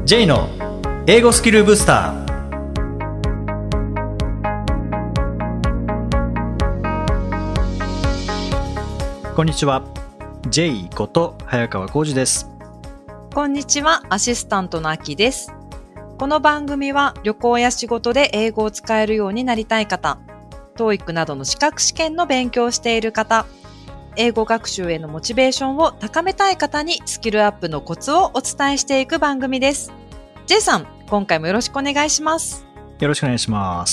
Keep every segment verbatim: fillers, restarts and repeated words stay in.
J の英語スキルブスター。こんにちは。 J こと早川浩二です。 こんにちは、アシスタントのあきです。この番組は旅行や仕事で英語を使えるようになりたい方、トーイック などの資格試験の勉強をしている方、英語学習へのモチベーションを高めたい方にスキルアップのコツをお伝えしていく番組です。 J さん、今回もよろしくお願いします。 よろしくお願いします。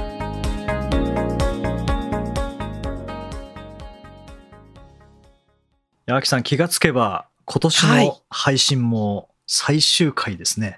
あきさん、気がつけば今年の配信も最終回ですね。 はい、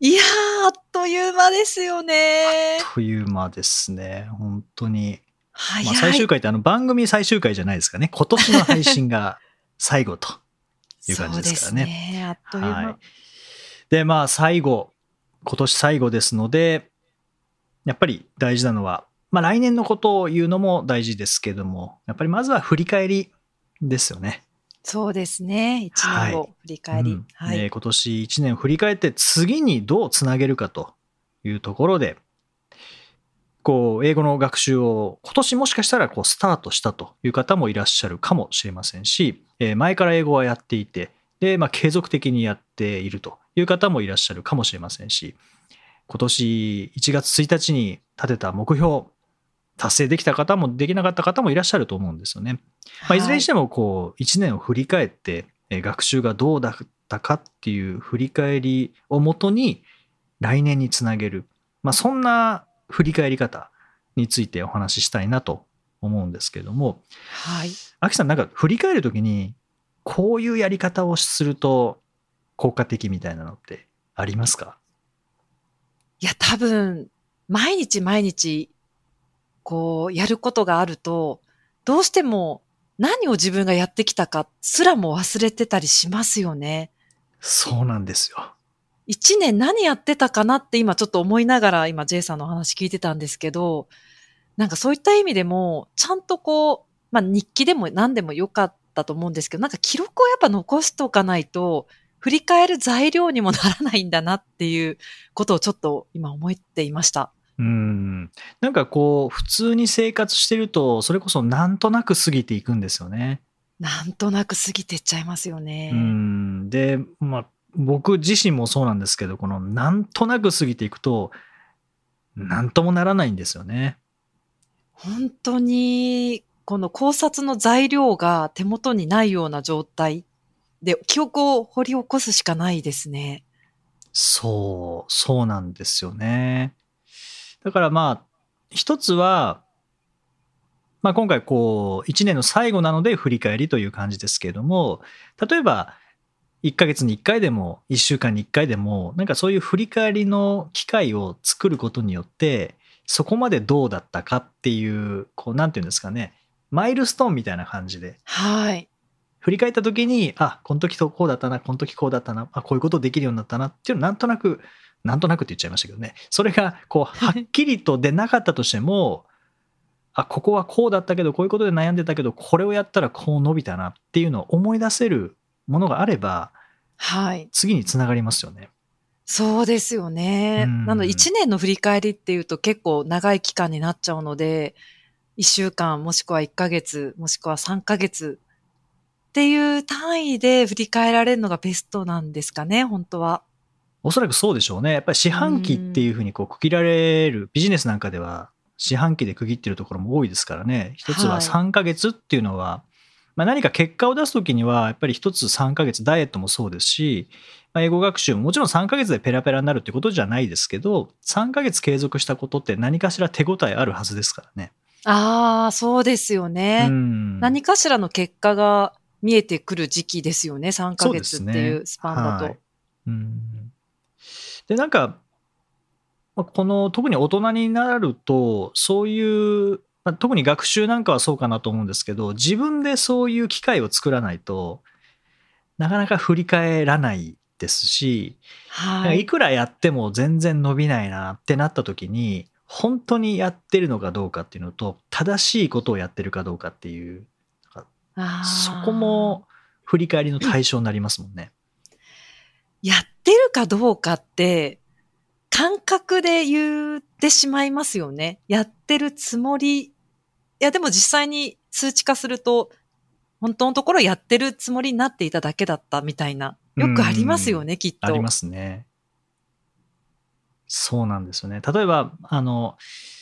いやー、あっという間ですよね。 あっという間ですね、本当に。 はい、 まあ、最終回ってあの番組最終回じゃないですかね。今年の配信が最後という感じですからね。 そうですね、あっという間。 はい、でまあ最後、今年最後ですので、やっぱり大事なのは、まあ、来年のことを言うのも大事ですけども、やっぱりまずは振り返りですよね。 そうですね、いちねんを振り返り、 はい、うんはい、 ね、今年いちねんを振り返って次にどうつなげるかというところで、こう英語の学習を今年もしかしたらこうスタートしたという方もいらっしゃるかもしれませんし、えー前から英語はやっていて、で、まあ、継続的にやっているという方もいらっしゃるかもしれませんし、今年いちがつついたちに立てた目標達成できた方もできなかった方もいらっしゃると思うんですよね。まあ、いずれにしてもこういちねんを振り返って、えー学習がどうだったかっていう振り返りをもとに来年につなげる、まあ、そんな振り返り方についてお話ししたいなと思うんですけれども、 はい、 あきさん、なんか振り返るときにこういうやり方をすると効果的みたいなのってありますか？ いや、多分毎日毎日こうやることがあると、どうしても何を自分がやってきたかすらも忘れてたりしますよね。 そうなんですよ。 一年何やってたかなって今ちょっと思いながら今 J さんのお話聞いてたんですけど、なんかそういった意味でもちゃんとこう、まあ日記でも何でもよかったと思うんですけど、なんか記録をやっぱ残しておかないと振り返る材料にもならないんだなっていうことをちょっと今思っていました。 うーんなんかこう普通に生活してるとそれこそなんとなく過ぎていくんですよね。 なんとなく過ぎてっちゃいますようーね。 んで、まあ、僕自身もそうなんですけど、このなんとなく過ぎていくとなんともならないんですよね。 本当にこの考察の材料が手元にないような状態で、記憶を掘り起こすしかないですね。 そう、そうなんですよね。だからまあ一つは、まあ、今回こういちねんの最後なので振り返りという感じですけれども、例えばいっかげつにいっかいでもいっしゅうかんにいっかいでもなんかそういう振り返りの機会を作ることによって、そこまでどうだったかっていう、こうなんていうんですかね、マイルストーンみたいな感じではい。 振り返った時に、あ、この時とこうだったな、この時こうだったな、あ、こういうことできるようになったなっていうのなんとなくなんとなくって言っちゃいましたけどね、それがこうはっきりと出なかったとしてもあ、ここはこうだったけどこういうことで悩んでたけどこれをやったらこう伸びたなっていうのを思い出せるものがあればはい。 次につながりますよね。 そうですようね。なのでんいちねんの振り返りっていうと結構長い期間になっちゃうので、いっしゅうかんもしくはいっかげつもしくはさんかげつっていう単位で振り返られるのがベストなんですかね、本当は。 おそらくそうでしょうね。やっぱり四う半期ってーん。 いうふうにこう区切られる、ビジネスなんかでは四半期で区切ってるところも多いですからね。一つははい。 さんかげつっていうのは、まあ、何か結果を出すときにはやっぱり一つさんかげつ、ダイエットもそうですし、まあ、英語学習ももちろんさんかげつでペラペラになるってことじゃないですけど、さんかげつ継続したことって何かしら手応えあるはずですからね。 ああ、そうですようね。 ん。 何かしらの結果が見えてくる時期ですよね、3 そうでヶ月っていすね。 うスパンだと。 はい。うん。で、なんか、ま、この特に大人になると、そういう、ま、特に学習なんかはそうかなと思うんですけど、自分でそういう機会を作らないと、なかなか振り返らないですし、なんかいはい。 くらやっても全然伸びないなってなった時に、ほんとにやってるのかどうかっていうのと、正しいことをやってるかどうかっていう、なんか、そこああ。 も振り返りの対象になりますもんね。 やってるかどうかって感覚で言ってしまいますよね。やってるつもり。いやでも実際に数値化すると本当のところやってるつもりになっていただけだったみたいな。よくありますよね、きっと。 ありますね。そうなんですよね。例えば、あの、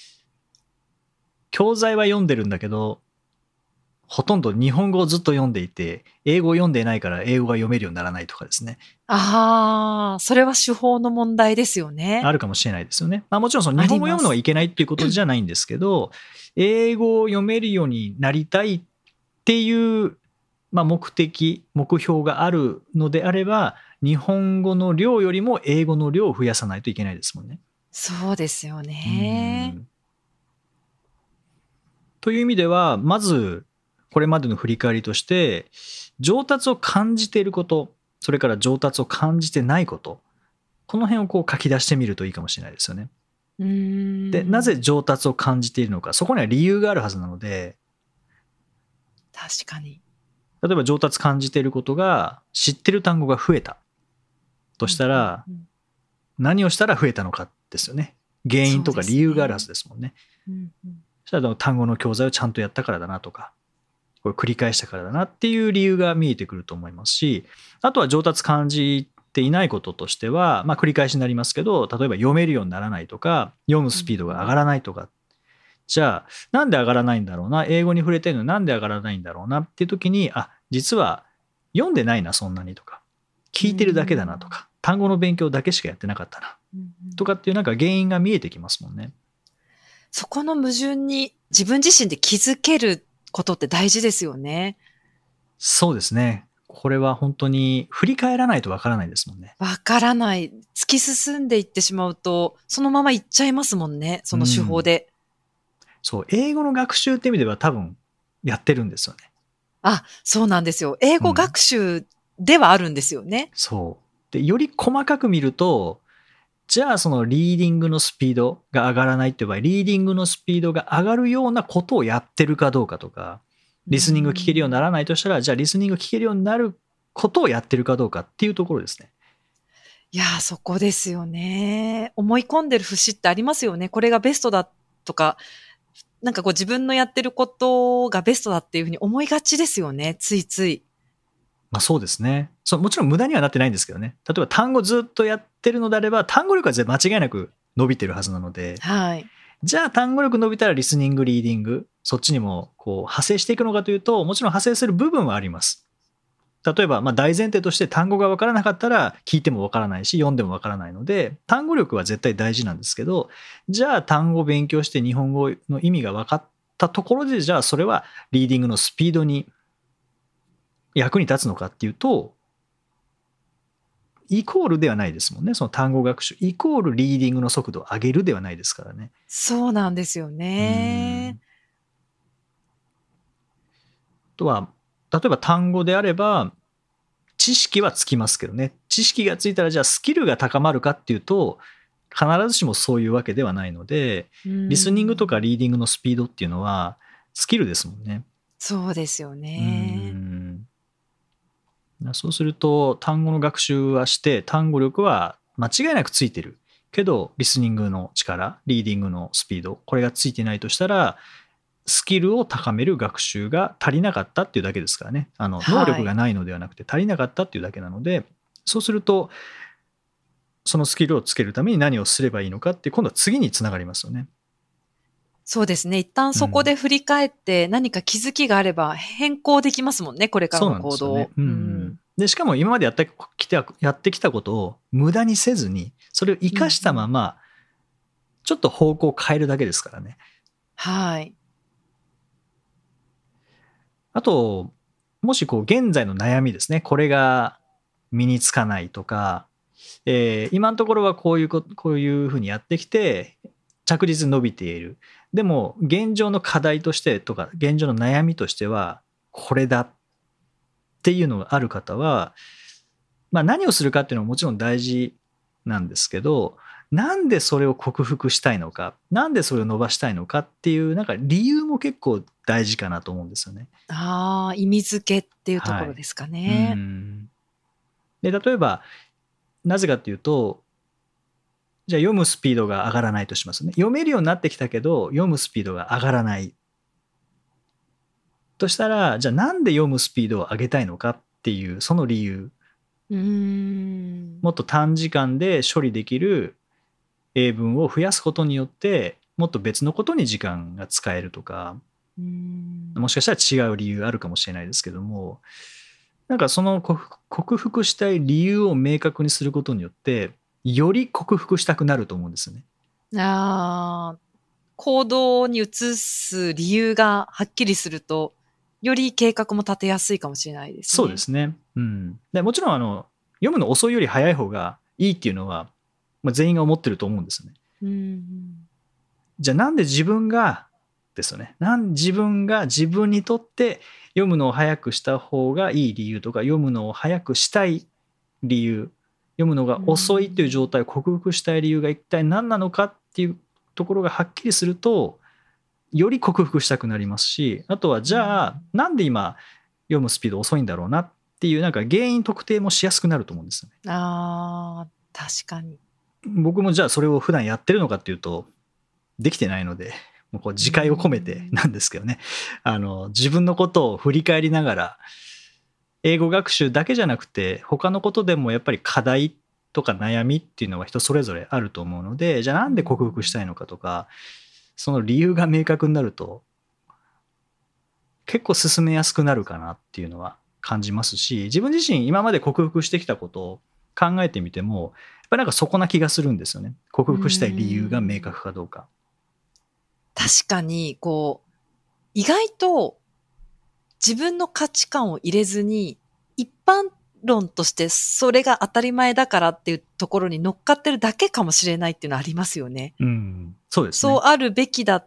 教材は読んでるんだけど、ほとんど日本語をずっと読んでいて、英語を読んでいないから英語が読めるようにならないとかですね。 ああ、それは手法の問題ですよね。 あるかもしれないですよね。まあ、もちろんその日本語を読むのがいけないっていうことじゃないんですけど、英語を読めるようになりたいっていう、まあ、目的、目標があるのであれば、日本語の量よりも英語の量を増やさないといけないですもんね。 そうですよね。 という意味では、まずこれまでの振り返りとして、上達を感じていること、それから上達を感じてないこと、この辺をこう書き出してみるといいかもしれないですよね。 うーん。 で、なぜ上達を感じているのか、そこには理由があるはずなので、 確かに。 例えば上達感じていることが、知ってる単語が増えたとしたら、 うんうん何をしたら増えたのかですよね。原因とか理由があるはずですもんね。 うんうんそしたら単語の教材をちゃんとやったからだなとか、これ繰り返したからだなっていう理由が見えてくると思いますし、あとは上達感じていないこととしては、まあ繰り返しになりますけど、例えば読めるようにならないとか、読むスピードが上がらないとか、じゃあなんで上がらないんだろうな、英語に触れてるのになんで上がらないんだろうなっていう時に、あ、実は読んでないなそんなにとか、聞いてるだけだなとか、単語の勉強だけしかやってなかったなうんうんとかっていうなんか原因が見えてきますもんね。 そこの矛盾に自分自身で気づけることって大事ですよね。 そうですね。これは本当に振り返らないとわからないですもんね。 わからない。突き進んでいってしまうと、そのままいっちゃいますもんね。その手法で。 そう、英語の学習って意味では多分やってるんですよね。 あ、そうなんですよ。英語学習ではあるんですよね。 そう。で、より細かく見ると、じゃあそのリーディングのスピードが上がらないって場合、リーディングのスピードが上がるようなことをやってるかどうかとか、リスニング聞けるようにならないとしたら、じゃあリスニング聞けるようになることをやってるかどうかっていうところですね。 いやー、そこですよね。思い込んでる節ってありますよね。これがベストだとか、なんかこう自分のやってることがベストだっていうふうに思いがちですよね。ついつい。 まあそうですね。そう、もちろん無駄にはなってないんですけどね。例えば単語ずっとやってるのであれば、単語力は間違いなく伸びてるはずなので、 はい。 じゃあ単語力伸びたらリスニング、リーディング、そっちにもこう派生していくのかというと、もちろん派生する部分はあります。例えば、まあ大前提として単語が分からなかったら聞いても分からないし、読んでも分からないので、単語力は絶対大事なんですけど、じゃあ単語を勉強して日本語の意味が分かったところで、じゃあそれはリーディングのスピードに役に立つのかっていうと、イコールではないですもんね。その単語学習イコールリーディングの速度を上げるではないですからね。 そうなんですよね。 あとは、例えば単語であれば、知識はつきますけどね。知識がついたらじゃあスキルが高まるかっていうと、必ずしもそういうわけではないので、リスニングとかリーディングのスピードっていうのはスキルですもんね。 そうですよね。 うんそうすると単語の学習はして単語力は間違いなくついてるけどリスニングの力、リーディングのスピード、これがついてないとしたらスキルを高める学習が足りなかったっていうだけですからね。あの能力がないのではなくて足りなかったっていうだけなので、はい、そうするとそのスキルをつけるために何をすればいいのかって今度は次につながりますよね。 そうですね。一旦そこで振り返って何か気づきがあれば変更できますもんね、これからの行動を。 そうなんですよね。うんうんでしかも今までやってきた、やってきたことを無駄にせずにそれを生かしたままちょっと方向を変えるだけですからね。 はい。 あともしこう現在の悩みですね、これが身につかないとか、えー、今のところはこういうここういうふうにやってきて着実に伸びている。でも現状の課題としてとか現状の悩みとしてはこれだっていうのがある方は、まあ、何をするかっていうのはもちろん大事なんですけど、なんでそれを克服したいのか、なんでそれを伸ばしたいのかっていうなんか理由も結構大事かなと思うんですよね。 ああ、意味付けっていうところですかね。 はい、うんで例えばなぜかっていうと、じゃあ読むスピードが上がらないとしますね。読めるようになってきたけど、読むスピードが上がらない。としたら、じゃあなんで読むスピードを上げたいのかっていう、その理由。 うーん。 もっと短時間で処理できる英文を増やすことによって、もっと別のことに時間が使えるとか、 うーん。 もしかしたら違う理由あるかもしれないですけども、なんかその克服克服したい理由を明確にすることによって、より克服したくなると思うんですよね。 ああ、行動に移す理由がはっきりすると、より計画も立てやすいかもしれないですね。 そうですね。うん。でもちろんあの読むの遅いより早い方がいいっていうのは、まあ、全員が思ってると思うんですよね。 うんうん。 じゃあなんで自分がですよね。なん自分が自分にとって読むのを早くした方がいい理由とか、読むのを早くしたい理由、読むのが遅いという状態を克服したい理由が一体何なのかっていうところがはっきりすると、より克服したくなりますし、あとはじゃあなんで今読むスピード遅いんだろうなっていうなんか原因特定もしやすくなると思うんですよね。 ああ、確かに。 僕もじゃあそれを普段やってるのかっていうとできてないので、もうこう自戒を込めてなんですけどね、あの自分のことを振り返りながら、英語学習だけじゃなくて他のことでもやっぱり課題とか悩みっていうのは人それぞれあると思うので、じゃあなんで克服したいのかとか、その理由が明確になると結構進めやすくなるかなっていうのは感じますし、自分自身今まで克服してきたことを考えてみても、やっぱりなんかそこな気がするんですよね。克服したい理由が明確かどうか。 確かに、こう、意外と自分の価値観を入れずに、一般論としてそれが当たり前だからっていうところに乗っかってるだけかもしれないっていうのはありますよね。 うん、そうですね。 そうあるべきだって、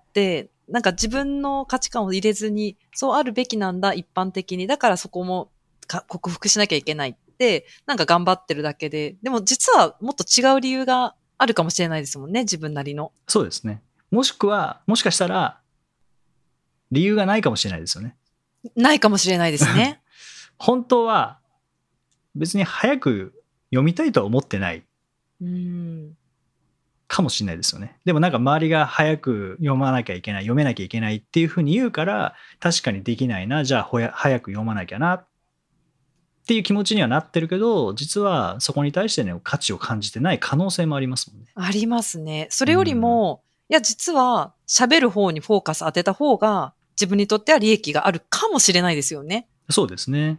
なんか自分の価値観を入れずに、そうあるべきなんだ、一般的に。だからそこもか克服しなきゃいけないって、なんか頑張ってるだけで。でも実はもっと違う理由があるかもしれないですもんね、自分なりの。 そうですね。もしくは、もしかしたら、理由がないかもしれないですよね。 ないかもしれないですね。 本当は、別に早く読みたいとは思ってないうんかもしれないですよね。でもなんか周りが早く読まなきゃいけない、読めなきゃいけないっていうふうに言うから、確かにできないな、じゃあほや早く読まなきゃなっていう気持ちにはなってるけど、実はそこに対しての価値を感じてない可能性もありますもんね。 ありますね。それよりも、いや、実は喋る方にフォーカス当てた方が自分にとっては利益があるかもしれないですよね。 そうですね。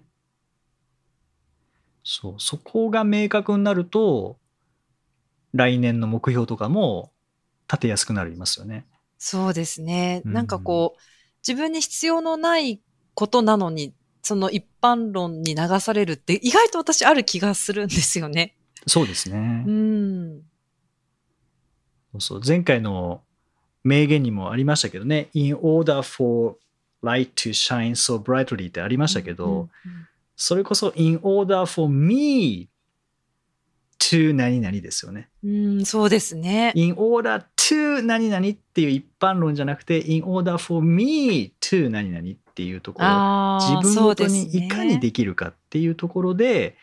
そう、そこが明確になると、来年の目標とかも立てやすくなりますよね。 そうですね。 うんなんかこう、自分に必要のないことなのに、その一般論に流されるって意外と私ある気がするんですよね。 そうですね。 うん。 そうそう、前回の名言にもありましたけどね、In order for light to shine so brightly ってありましたけど、 うんうんそれこそ In order for me to 何々ですよね。 うん、うんそうですね。 In order to 何々っていう一般論じゃなくて In order for me to 何々っていうところ、 ああ、 自分ごとにそうですねいかにできるかっていうところで、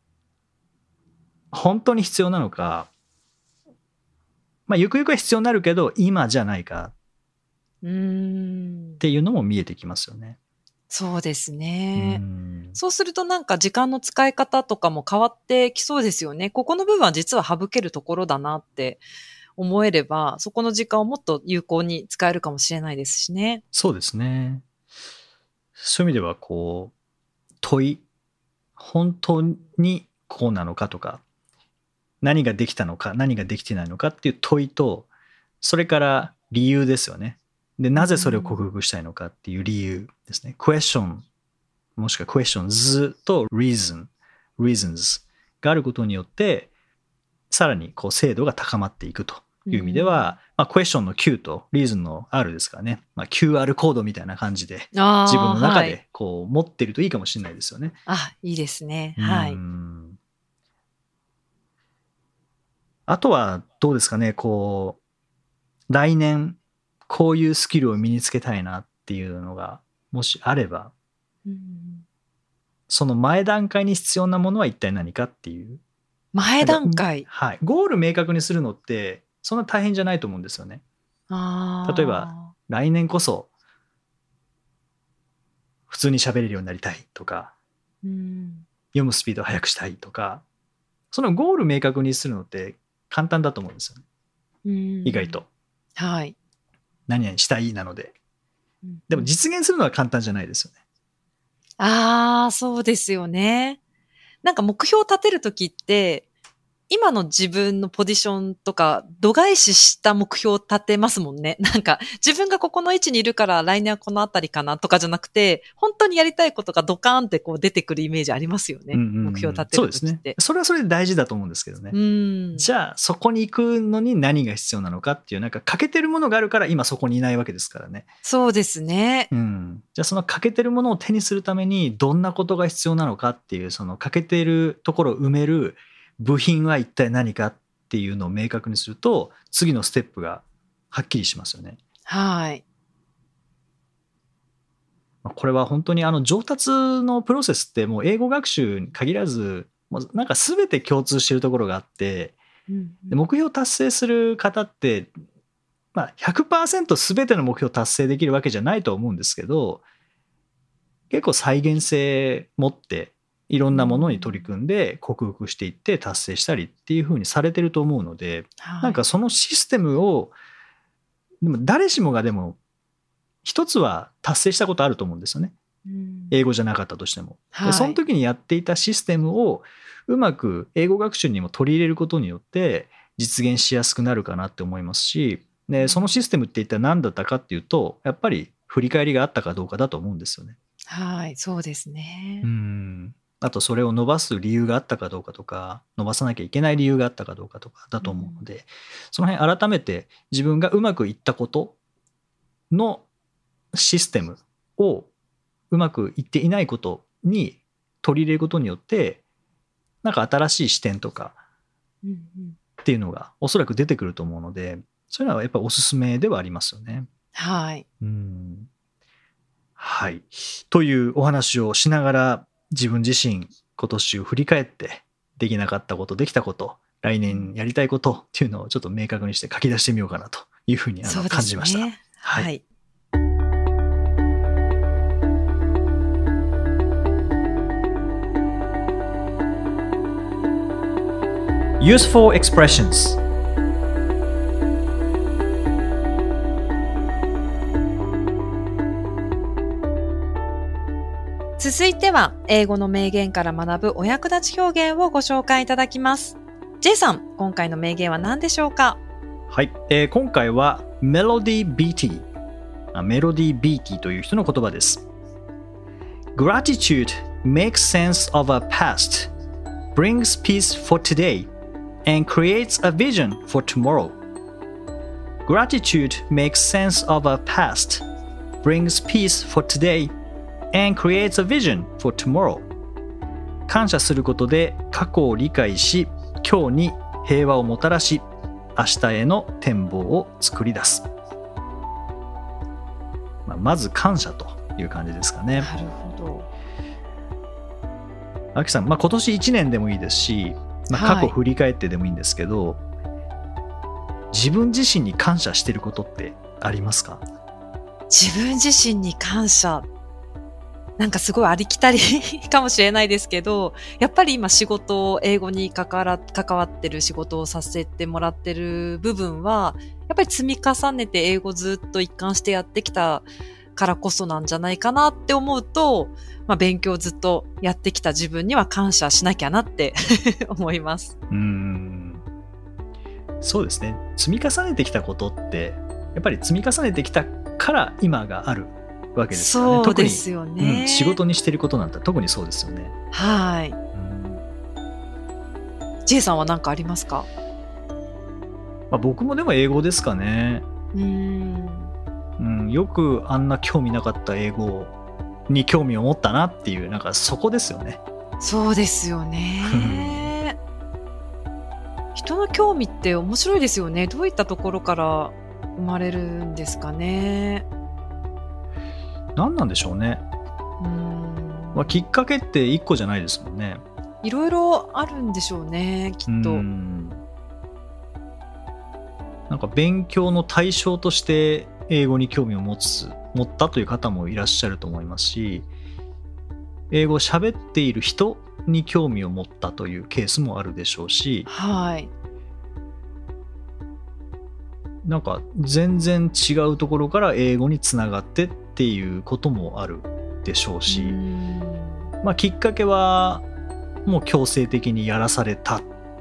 本当に必要なのか、まあ、ゆくゆくは必要になるけど今じゃないかうーんっていうのも見えてきますよね。 そうですうね。 んそうするとなんか時間の使い方とかも変わってきそうですよね。ここの部分は実は省けるところだなって思えれば、そこの時間をもっと有効に使えるかもしれないですしね。 そうですね。そういう意味ではこう問い、本当にこうなのかとか、何ができたのか何ができてないのかっていう問いと、それから理由ですよね。でなぜそれを克服したいのかっていう理由ですね。question もしくは questions と reason reasons があることによって、さらにこう精度が高まっていくという意味では、まあ、question の Q と reason の R ですからね、まあ、キューアール コードみたいな感じであー自分の中はいでこう持ってるといいかもしれないですよね。 あ、いいですね。はうい。 んあとはどうですかね、こう来年こういうスキルを身につけたいなっていうのがもしあれば、 うんその前段階に必要なものは一体何かっていう前段階。 はい。ゴール明確にするのってそんな大変じゃないと思うんですよね。 あ例えば来年こそ普通に喋れるようになりたいとか、 うん、 読むスピードを速くしたいとか、そのゴール明確にするのって簡単だと思うんですよね。 うん、 意外と。 はい。 何々したいなので。でも実現するのは簡単じゃないですよね。 ああ、そうですよね。なんか目標を立てるときって、今の自分のポジションとか、度外視した目標を立てますもんね。なんか、自分がここの位置にいるから来年はこのあたりかなとかじゃなくて、本当にやりたいことがドカーンってこう出てくるイメージありますよね。 うんうんうん、 目標を立てるときって。 そうですね。それはそれで大事だと思うんですけどね。 うん、 じゃあ、そこに行くのに何が必要なのかっていう、なんか欠けてるものがあるから今そこにいないわけですからね。 そうですね。 うん。じゃあ、その欠けてるものを手にするためにどんなことが必要なのかっていう、その欠けてるところを埋める部品は一体何かっていうのを明確にすると、次のステップがはっきりしますよね。 はい。 これは本当にあの上達のプロセスってもう英語学習に限らず、もうなんか全て共通しているところがあって、 うんうん、 で目標達成する方って、まあ、ひゃくパーセント 全ての目標達成できるわけじゃないと思うんですけど、結構再現性持っていろんなものに取り組んで克服していって達成したりっていう風にされてると思うので、 はい、 なんかそのシステムをでも誰しもがでも一つは達成したことあると思うんですよね。 うん、 英語じゃなかったとしても、 はい、 でその時にやっていたシステムをうまく英語学習にも取り入れることによって実現しやすくなるかなって思いますし、でそのシステムって一体何だったかっていうと、やっぱり振り返りがあったかどうかだと思うんですよね。 はい、そうですね。 うん。あとそれを伸ばす理由があったかどうかとか、伸ばさなきゃいけない理由があったかどうかとかだと思うので、うん、その辺改めて自分がうまくいったことのシステムをうまくいっていないことに取り入れることによって、なんか新しい視点とかっていうのがおそらく出てくると思うので、そういうのはやっぱりおすすめではありますよね。 はい。 うん。はい。というお話をしながら、自分自身今年を振り返ってできなかったこと、できたこと、来年やりたいことっていうのをちょっと明確にして書き出してみようかなというふうにあの感じました。 はい。はい。 Useful expressions。 続いては英語の名言から学ぶお役立ち表現をご紹介いただきます。J さん、今回の名言は何でしょうか？ はい、えー、今回はメロディービーティー、メロディービーティーという人の言葉です。Gratitude makes sense of a past, brings peace for today, and creates a vision for tomorrow. Gratitude makes sense of a past, brings peace for today,And creates a vision for tomorrow. 感謝することで過去を理解し、今日に平和をもたらし、明日への展望を作り出す。まあ、まず感謝という感じですかね。 なるほど。 アキさん、まあ、今年いちねんでもいいですし、まあ、過去振り返ってでもいいんですけど、はい、自分自身に感謝していることってありますか？ 自分自身に感謝。なんかすごいありきたりかもしれないですけど、やっぱり今仕事、英語に関わら、関わってる仕事をさせてもらってる部分は、やっぱり積み重ねて英語ずっと一貫してやってきたからこそなんじゃないかなって思うと、まあ勉強をずっとやってきた自分には感謝しなきゃなって思います。 うーん。そうですね。積み重ねてきたことって、やっぱり積み重ねてきたから今があるわけですからね。 そうですよね。 特に、うん、仕事にしてることなんて特にそうですよね。 はい。うん、J さんは何かありますか？ まあ、僕もでも英語ですかね。うーん、うん、よくあんな興味なかった英語に興味を持ったなっていう、なんかそこですよね。 そうですよね。人の興味って面白いですよね。どういったところから生まれるんですかね。 何なんでしょうね。うーん、まあ、きっかけって一個じゃないですもんね。 いろいろあるんでしょうね、きっと。 うんなんか勉強の対象として英語に興味を持つ持ったという方もいらっしゃると思いますし、英語を喋っている人に興味を持ったというケースもあるでしょうし、 はい。 なんか全然違うところから英語につながってっていうこともあるでしょうし、 うんまあきっかけはもう強制的にやらされた。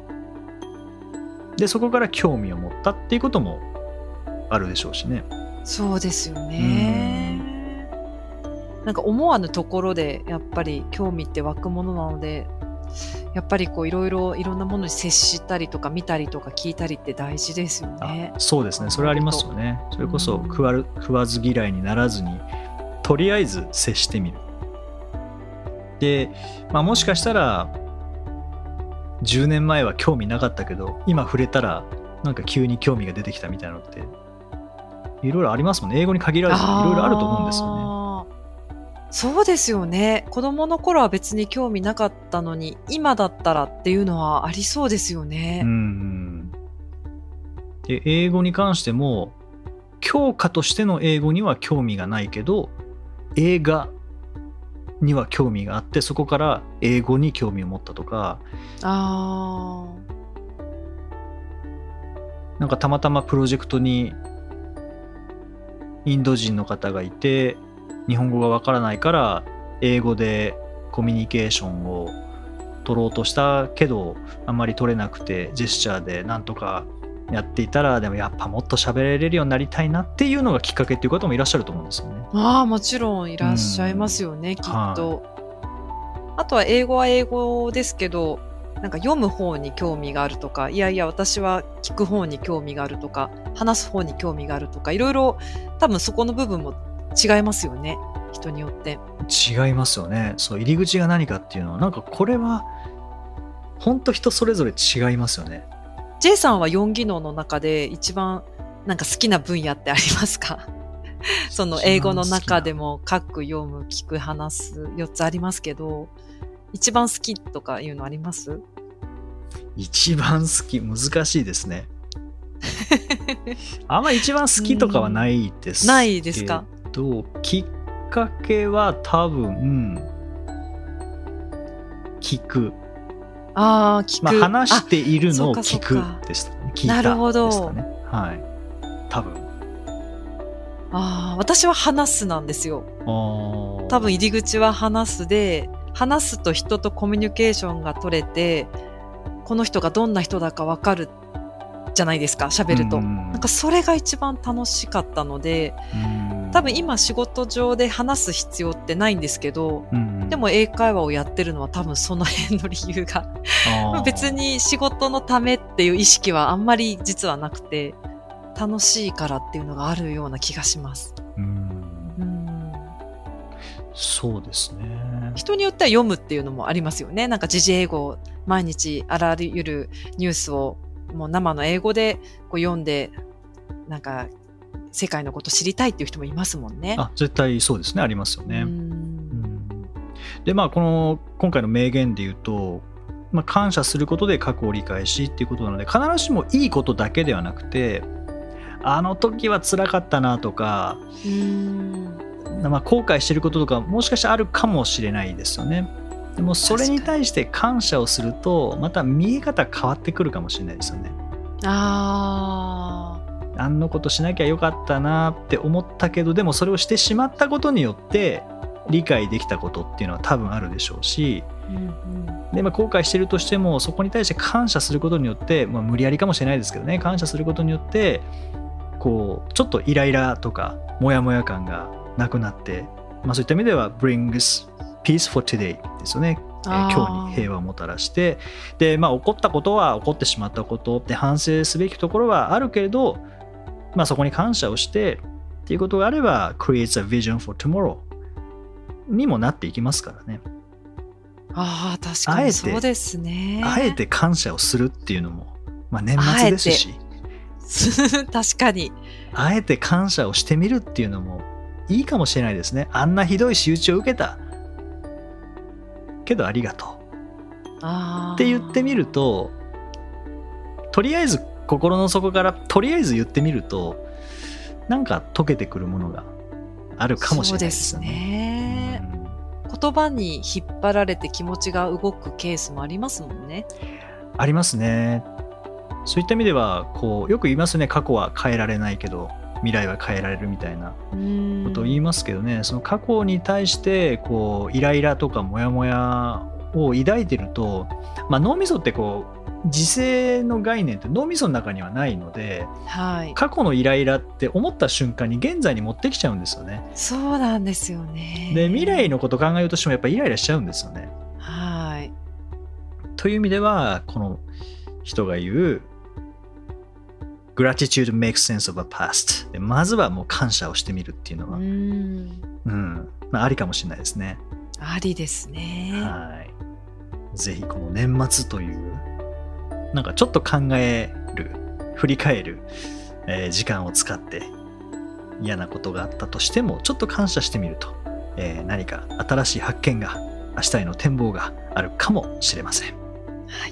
でそこから興味を持ったっていうこともあるでしょうしね。 そうですよね。なんか思わぬところでやっぱり興味って湧くものなので、やっぱりこういろいろいろんなものに接したりとか見たりとか聞いたりって大事ですよね。 あそうですね、それありますよね。それこそうん食わる食わず嫌いにならずにとりあえず接してみる。で、まあ、もしかしたらじゅうねんまえは興味なかったけど今触れたらなんか急に興味が出てきたみたいなのっていろいろありますもんね。英語に限らずいろいろあると思うんですよね。 あーそうですよね。子供の頃は別に興味なかったのに今だったらっていうのはありそうですよね。 うんで英語に関しても教科としての英語には興味がないけど映画には興味があってそこから英語に興味を持ったとか、 あなんかたまたまプロジェクトにインド人の方がいて日本語がわからないから英語でコミュニケーションを取ろうとしたけどあんまり取れなくてジェスチャーでなんとかやっていたらでもやっぱもっと喋れるようになりたいなっていうのがきっかけっていう方もいらっしゃると思うんですよね。 ーあーもちろんいらっしゃいますよね、きっと。あとは英語は英語ですけど、なんか読む方に興味があるとか、いやいや私は聞く方に興味があるとか、話す方に興味があるとか、いろいろ多分そこの部分も違いますよね、人によって。 違いますよね。そう入り口が何かっていうのはなんかこれは本当人それぞれ違いますよね。 J さんはよん技能の中で一番なんか好きな分野ってありますか？その英語の中でも書く、読む、聞く、話すよっつありますけど、一番好きとかいうのあります？ 一番好き難しいですね。あんまり一番好きとかはないですけど、 ないですか？ きっかけは多分聞く。 ああ、聞く。 まあ、話しているのを聞くあそうかそうかでしたね。聞いたなるほどでしたね。はい。多分。 ああ、私は話すなんですよ。 あー多分入り口は話すで、話すと人とコミュニケーションが取れて、この人がどんな人だかわかるじゃないですか、喋ると。 うんなんかそれが一番楽しかったので、 うん多分今仕事上で話す必要ってないんですけど、 うんでも英会話をやってるのは多分その辺の理由があー別に仕事のためっていう意識はあんまり実はなくて、楽しいからっていうのがあるような気がします。 うんうんそうですね。 人によっては読むっていうのもありますよね。なんか時事英語を毎日あらゆるニュースをもう生の英語でこう読んで、なんか世界のこと知りたいっていう人もいますもんね。 あ絶対そうですね。ありますよね。 うんうんでまあこの今回の名言で言うと、まあ、感謝することで過去を理解しっていうことなので必ずしもいいことだけではなくてあの時は辛かったなとか、 うんまあ、後悔してることとかもしかしたらあるかもしれないですよね。でもそれに対して感謝をするとまた見え方変わってくるかもしれないですよね。 ああんなことしなきゃよかったなって思ったけどでもそれをしてしまったことによって理解できたことっていうのは多分あるでしょうし、 ー、うんうんでまあ、後悔してるとしてもそこに対して感謝することによって、まあ、無理やりかもしれないですけどね感謝することによってこうちょっとイライラとかモヤモヤ感がなくなって、まあ、そういった意味では brings peace for today ですよね。えーあー今日に平和をもたらしてで、まあ、起こったことは起こってしまったことで反省すべきところはあるけれど、まあ、そこに感謝をしてっていうことがあれば creates a vision for tomorrow にもなっていきますからね。 あー確かにそうですね。 あえて感謝をするっていうのも、まあ、年末ですし確かに。 あえて感謝をしてみるっていうのもいいかもしれないですね。あんなひどい仕打ちを受けたけどありがとって言ってみると、とりあえず心の底からとりあえず言ってみると、なんか溶けてくるものがあるかもしれないですよね。 そうですね、うん、言葉に引っ張られて気持ちが動くケースもありますもんね。 ありますね。そういった意味ではこうよく言いますね。過去は変えられないけど未来は変えられるみたいなことを言いますけどね。その過去に対してこうイライラとかモヤモヤを抱いてると、まあ、脳みそってこう時勢の概念って脳みその中にはないので、 はい、 過去のイライラって思った瞬間に現在に持ってきちゃうんですよね。 そうなんですよね。 で未来のこと考えようとしてもやっぱりイライラしちゃうんですよね。 はい。 という意味ではこの人が言うGratitude makes sense of a past でまずはもう感謝をしてみるっていうのは、うん、うんまあ、ありかもしれないですね。 ありですね。 はい。ぜひこの年末というなんかちょっと考える振り返る、えー、時間を使って嫌なことがあったとしてもちょっと感謝してみると、えー、何か新しい発見が明日への展望があるかもしれません。 はい。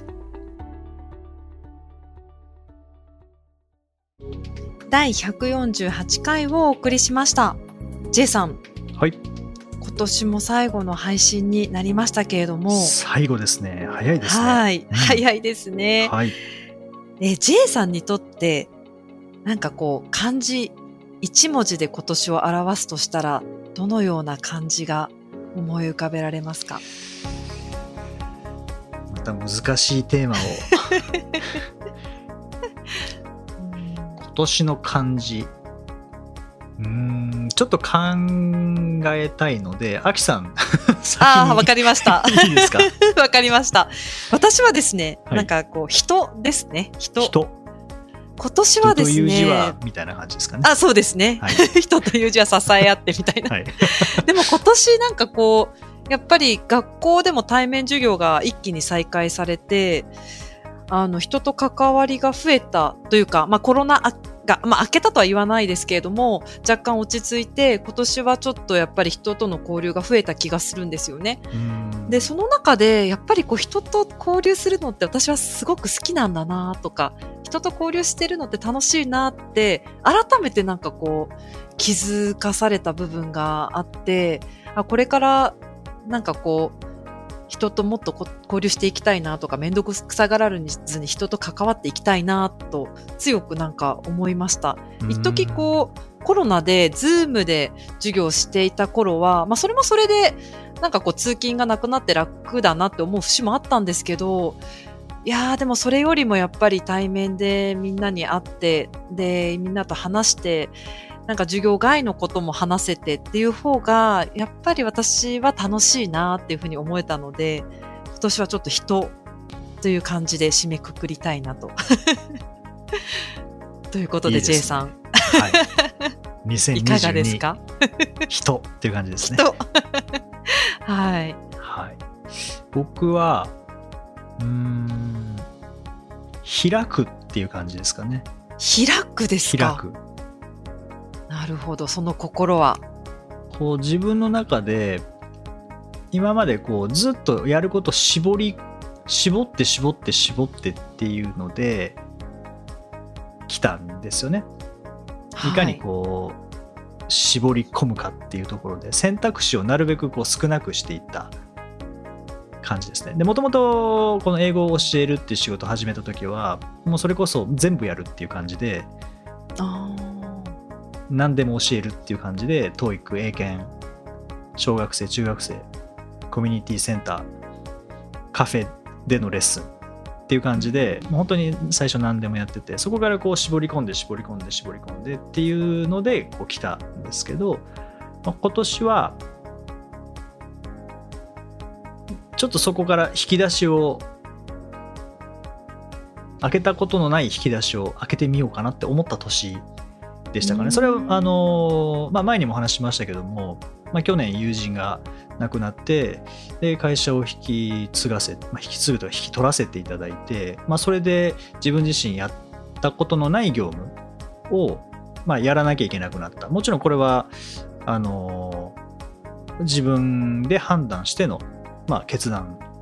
だいひゃくよんじゅうはちかいをお送りしました。 J さん、 はい、 今年も最後の配信になりましたけれども。 最後ですね。早いですね。 はい、 うん、 早いですね、 はい。 え J さんにとってなんかこう漢字一文字で今年を表すとしたらどのような漢字が思い浮かべられますか？ また難しいテーマを今年の漢字、うーんちょっと考えたいので、アキさんああ、わかりましたいいですか？ わかりました。私はですね、 はい、 なんかこう人ですね。人。 人。 今年はですね。 人という字はみたいな感じですかね。 あ、そうですね。はい、人という字は支え合ってみたいな。はい、でも今年なんかこうやっぱり学校でも対面授業が一気に再開されて、あの人と関わりが増えたというか、まあコロナが、まあ明けたとは言わないですけれども、若干落ち着いて、今年はちょっとやっぱり人との交流が増えた気がするんですよね。で、その中でやっぱりこう人と交流するのって私はすごく好きなんだなとか、人と交流してるのって楽しいなって改めてなんかこう気づかされた部分があって、あ、これからなんかこう人ともっと交流していきたいなとか、面倒くさがらずに人と関わっていきたいなと強くなんか思いました。一時こうコロナでズームで授業していた頃は、まあそれもそれでなんかこう通勤がなくなって楽だなって思う節もあったんですけど、いやーでもそれよりもやっぱり対面でみんなに会って、でみんなと話して、なんか授業外のことも話せてっていう方がやっぱり私は楽しいなっていうふうに思えたので、今年はちょっと人という感じで締めくくりたいなとということで、いいですね、J さん、はい、にせんにじゅうにいかがですか？ 人っていう感じですね。 人はい、 はい、僕はうーん開くっていう感じですかね。 開くですか？ 開く。 なるほど。その心はこう自分の中で今までこうずっとやること絞り絞って絞って絞ってっていうので来たんですよね。いかにこう、はい、絞り込むかっていうところで選択肢をなるべくこう少なくしていった感じですね。で、もともとこの英語を教えるっていう仕事を始めた時はもうそれこそ全部やるっていう感じで、あ何でも教えるっていう感じで トーイック、英検、小学生、中学生、コミュニティセンター、カフェでのレッスンっていう感じで、もう本当に最初何でもやってて、そこからこう絞り込んで絞り込んで絞り込んでっていうのでこう来たんですけど、まあ、今年はちょっとそこから引き出しを開けたことのない引き出しを開けてみようかなって思った年でしたかね。それはあの、まあ、前にも話しましたけども、まあ、去年友人が亡くなって、で会社を引き継がせ、まあ、引き継ぐとか引き取らせていただいて、まあ、それで自分自身やったことのない業務を、まあ、やらなきゃいけなくなった。もちろんこれはあの自分で判断しての、まあ、決断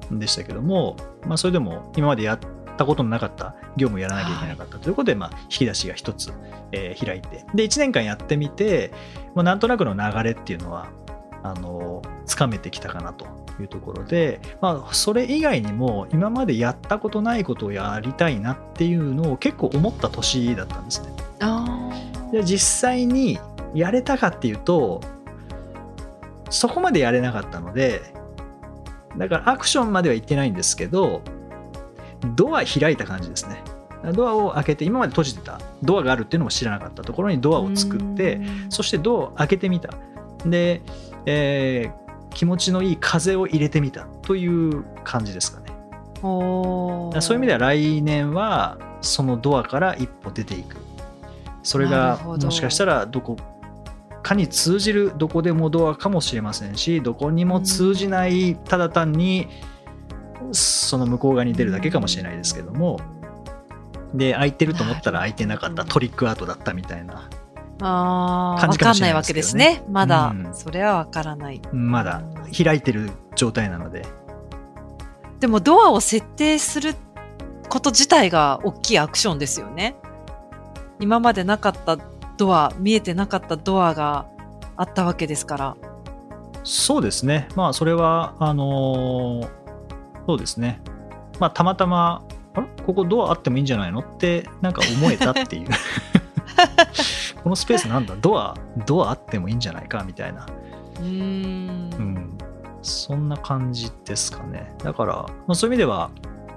でしたけども、まあ、それでも今までやったことのなかった業務をやらなきゃいけなかったということで、はい、まあ、引き出しが一つ、えー、開いて、でいちねんかんやってみて、まあ、なんとなくの流れっていうのはあのつかめてきたかなというところで、まあ、それ以外にも今までやったことないことをやりたいなっていうのを結構思った年だったんですね。 あで実際にやれたかっていうとそこまでやれなかったので、だからアクションまでは行ってないんですけど、ドア開いた感じですね。ドアを開けて、今まで閉じてたドアがあるっていうのも知らなかったところにドアを作って、そしてドアを開けてみた。で、えー、気持ちのいい風を入れてみたという感じですかね。 おー、 そういう意味では来年はそのドアから一歩出ていく。それがもしかしたらどこかに通じるどこでもドアかもしれませんし、どこにも通じないただ単にその向こう側に出るだけかもしれないですけども、で開いてると思ったら開いてなかったトリックアートだったみたいな感じかもしれないですけどね。分かんないわけですね。 まだ、うん、それは分からない。 まだ開いてる状態なので。 でもドアを設定すること自体が大きいアクションですよね。今までなかったドア、見えてなかったドアがあったわけですから。 そうですね。まあそれはあのー、そうですね。まあたまたまあれここドアあってもいいんじゃないのってなんか思えたっていうこのスペースなんだ、ドアドアあってもいいんじゃないかみたいな、 うーん、 うん、そんな感じですかね。だから、まあ、そういう意味では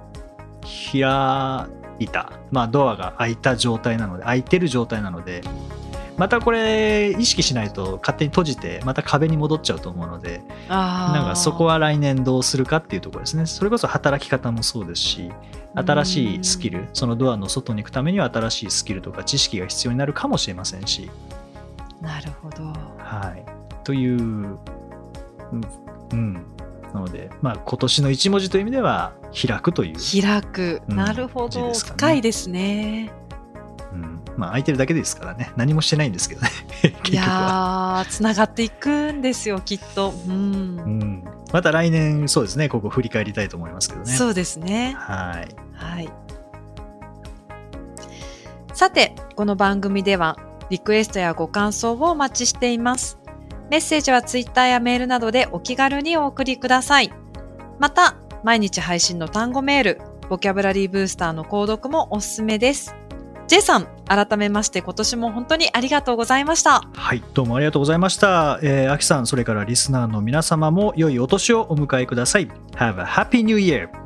開いた、まあ、ドアが開いた状態なので、開いてる状態なので、またこれ意識しないと勝手に閉じてまた壁に戻っちゃうと思うので、なんかそこは来年どうするかっていうところですね。それこそ働き方もそうですし、新しいスキル、そのドアの外に行くためには新しいスキルとか知識が必要になるかもしれませんし。 なるほど。 はい。という、うん、うん、なので、まあ今年の一文字という意味では開くという。 開く。なるほど、うんね、深いですね。 うん、まあ空いてるだけですからね。何もしてないんですけどね。結局は。いやー、つながっていくんですよ、きっと。うん。うん、 また来年そうですね、ここ振り返りたいと思いますけどね。 そうですね。 はい。 はい。さて、この番組ではリクエストやご感想をお待ちしています。メッセージはツイッターやメールなどでお気軽にお送りください。また、毎日配信の単語メール、ボキャブラリーブースターの購読もおすすめです。J さん、改めまして今年も本当にありがとうございました。 はい、どうもありがとうございました。えー、アキさん、それからリスナーの皆様も良いお年をお迎えください。Have a happy new year!